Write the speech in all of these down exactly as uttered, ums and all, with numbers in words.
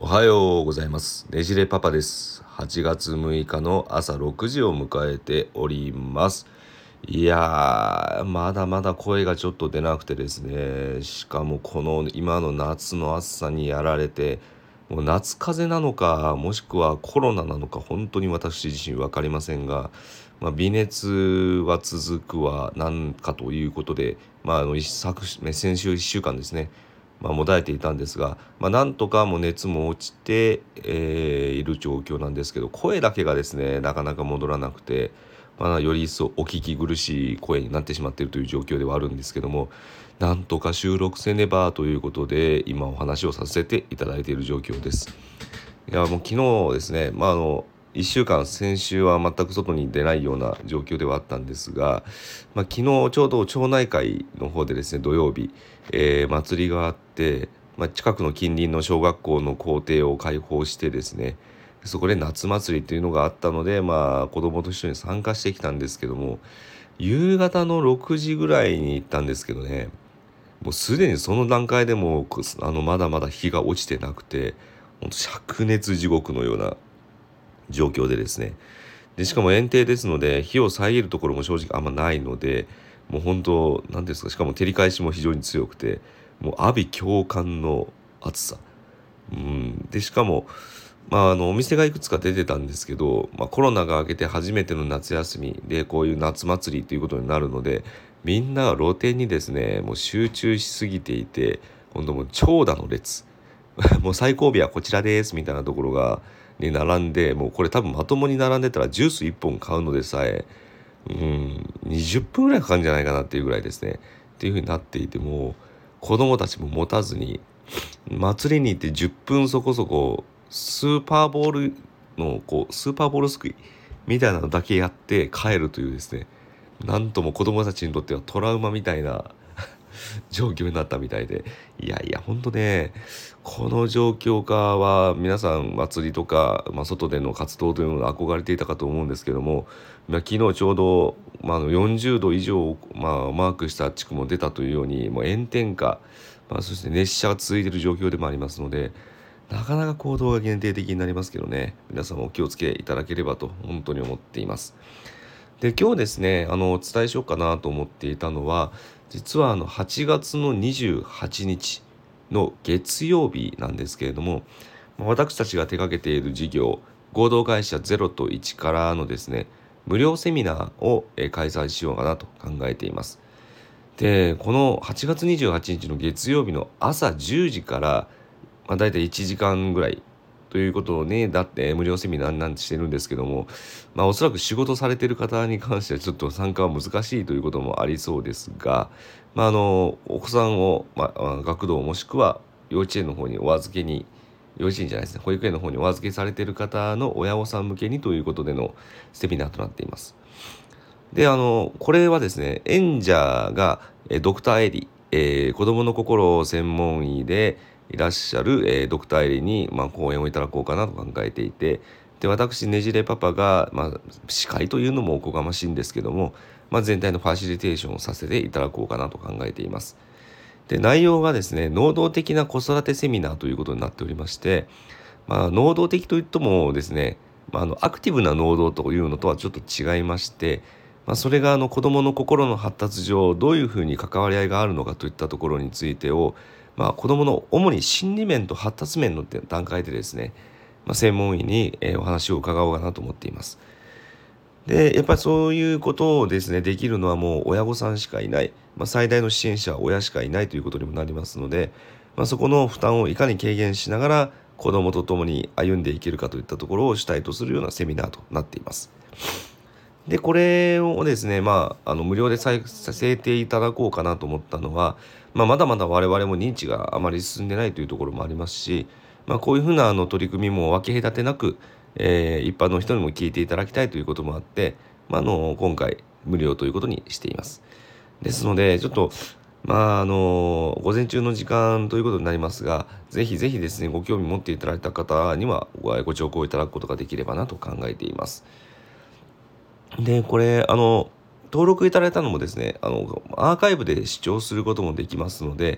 おはようございます。ねじれパパです。はちがつむいかの朝ろくじを迎えております。いやー、まだまだ声がちょっと出なくてですね、しかもこの今の夏の暑さにやられて、もう夏風邪なのか、もしくはコロナなのか、本当に私自身分かりませんが、まあ、微熱は続くは何かということで、まあ、あの一昨先週いっしゅうかんですね、まあ、もだえていたんですが、まあ、なんとかもう熱も落ちて、えーいる状況なんですけど、声だけがですねなかなか戻らなくて、まあ、より一層お聞き苦しい声になってしまっているという状況ではあるんですけども、なんとか収録せねばということで今お話をさせていただいている状況です。いやもう昨日ですね、まあ、あのいっしゅうかん先週は全く外に出ないような状況ではあったんですが、まあ、昨日ちょうど町内会の方でですね土曜日、えー祭りがあって、まあ、近くの近隣の小学校の校庭を開放してですね、そこで夏祭りというのがあったので、まあ、子供と一緒に参加してきたんですけども、夕方のろくじぐらいに行ったんですけどね、もうすでにその段階でもくあのまだまだ日が落ちてなくて、本当灼熱地獄のような状況でですね、でしかも園庭ですので火を遮るところも正直あんまないので、もう本当なんですか、しかも照り返しも非常に強くて、もう阿鼻叫喚の暑さ。うんでしかも、まあ、あのお店がいくつか出てたんですけど、まあ、コロナが明けて初めての夏休みでこういう夏祭りということになるので、みんなが露店にですねもう集中しすぎていて、本当もう長蛇の列もう最後尾はこちらですみたいなところがに並んで、もうこれ多分まともに並んでたらジュースいっぽん買うのでさえうんにじゅっぷんぐらいかかるんじゃないかなっていうぐらいですねっていう風になっていて、もう子供たちも持たずに祭りに行ってじゅっぷんそこそこスーパーボールのこうスーパーボールすくいみたいなのだけやって帰るというですね、なんとも子供たちにとってはトラウマみたいな状況になったみたいで、いやいや本当ね、この状況下は皆さん祭りとか、まあ、外での活動というのに憧れていたかと思うんですけども、まあ、昨日ちょうど、まあ、あのよんじゅうど以上、まあ、マークした地区も出たというように、もう炎天下、まあ、そして熱射が続いている状況でもありますので、なかなか行動が限定的になりますけどね、皆さんもお気をつけいただければと本当に思っています。で今日ですね、あのお伝えしようかなと思っていたのは、実はあのはちがつのにじゅうはちにちの月曜日なんですけれども、まあ私たちが手掛けている事業合同会社ゼロといちからのですね無料セミナーをえー開催しようかなと考えています。でこのはちがつにじゅうはちにちの月曜日の朝じゅうじから、まあ、だいたいいちじかんぐらいということをね、だって無料セミナーなんてしてるんですけども、まあ、おそらく仕事されてる方に関してはちょっと参加は難しいということもありそうですが、まあ、あのお子さんを、まあ、学童もしくは幼稚園の方にお預けに、幼稚園じゃないですね、保育園の方にお預けされている方の親御さん向けにということでのセミナーとなっています。であのこれはですね、演者がえドクターエリ、えー、子どもの心専門医でいらっしゃる、えードクターエリに、まあ、講演をいただこうかなと考えていて、で私ねじれパパが、まあ、司会というのもおこがましいんですけども、まあ、全体のファシリテーションをさせていただこうかなと考えています。で内容がですね、能動的な子育てセミナーということになっておりまして、まあ、能動的といってもですね、まあ、あのアクティブな能動というのとはちょっと違いまして、まあ、それがあの子どもの心の発達上どういうふうに関わり合いがあるのかといったところについてを、まあ、子どもの主に心理面と発達面の段階でですね、まあ、専門医にえーお話を伺おうかなと思っています。でやっぱりそういうことをですねできるのはもう親御さんしかいない、まあ、最大の支援者は親しかいないということにもなりますので、まあ、そこの負担をいかに軽減しながら子どもと共に歩んでいけるかといったところを主体とするようなセミナーとなっています。でこれをですね、まあ、あの無料でさせていただこうかなと思ったのは、まあ、まだまだ我々も認知があまり進んでないというところもありますし、まあ、こういうふうなあの取り組みも分け隔てなく、えー一般の人にも聞いていただきたいということもあって、まあ、あの今回無料ということにしています。ですのでちょっとまああの午前中の時間ということになりますが、ぜひぜひですねご興味持っていただいた方にはごご聴講いただくことができればなと考えています。でこれあの登録いただいたのもですね、あのアーカイブで視聴することもできますので、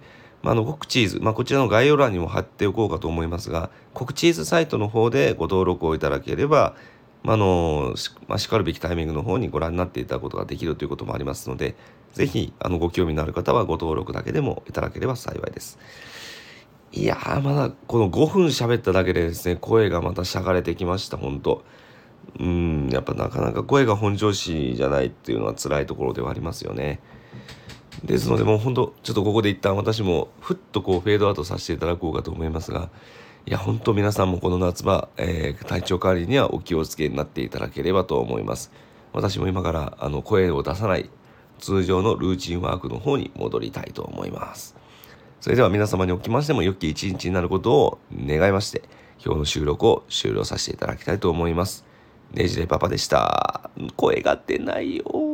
まあ、あのコクチーズ、まあ、こちらの概要欄にも貼っておこうかと思いますが、コクチーズサイトの方でご登録をいただければ、まああのしまあ、しかるべきタイミングの方にご覧になっていただくことができるということもありますので、ぜひあのご興味のある方はご登録だけでもいただければ幸いです。いやー、まだこのごふん喋っただけでですね、声がまたしゃがれてきました。本当うん、やっぱなかなか声が本調子じゃないっていうのは辛いところではありますよね。ですので、もう本当ちょっとここで一旦私もふっとこうフェードアウトさせていただこうかと思いますが、いや本当皆さんもこの夏場、えー体調管理にはお気をつけになっていただければと思います。私も今からあの声を出さない通常のルーチンワークの方に戻りたいと思います。それでは皆様におきましても良き一日になることを願いまして、今日の収録を終了させていただきたいと思います。ねじれパパでした。声が出ないよ。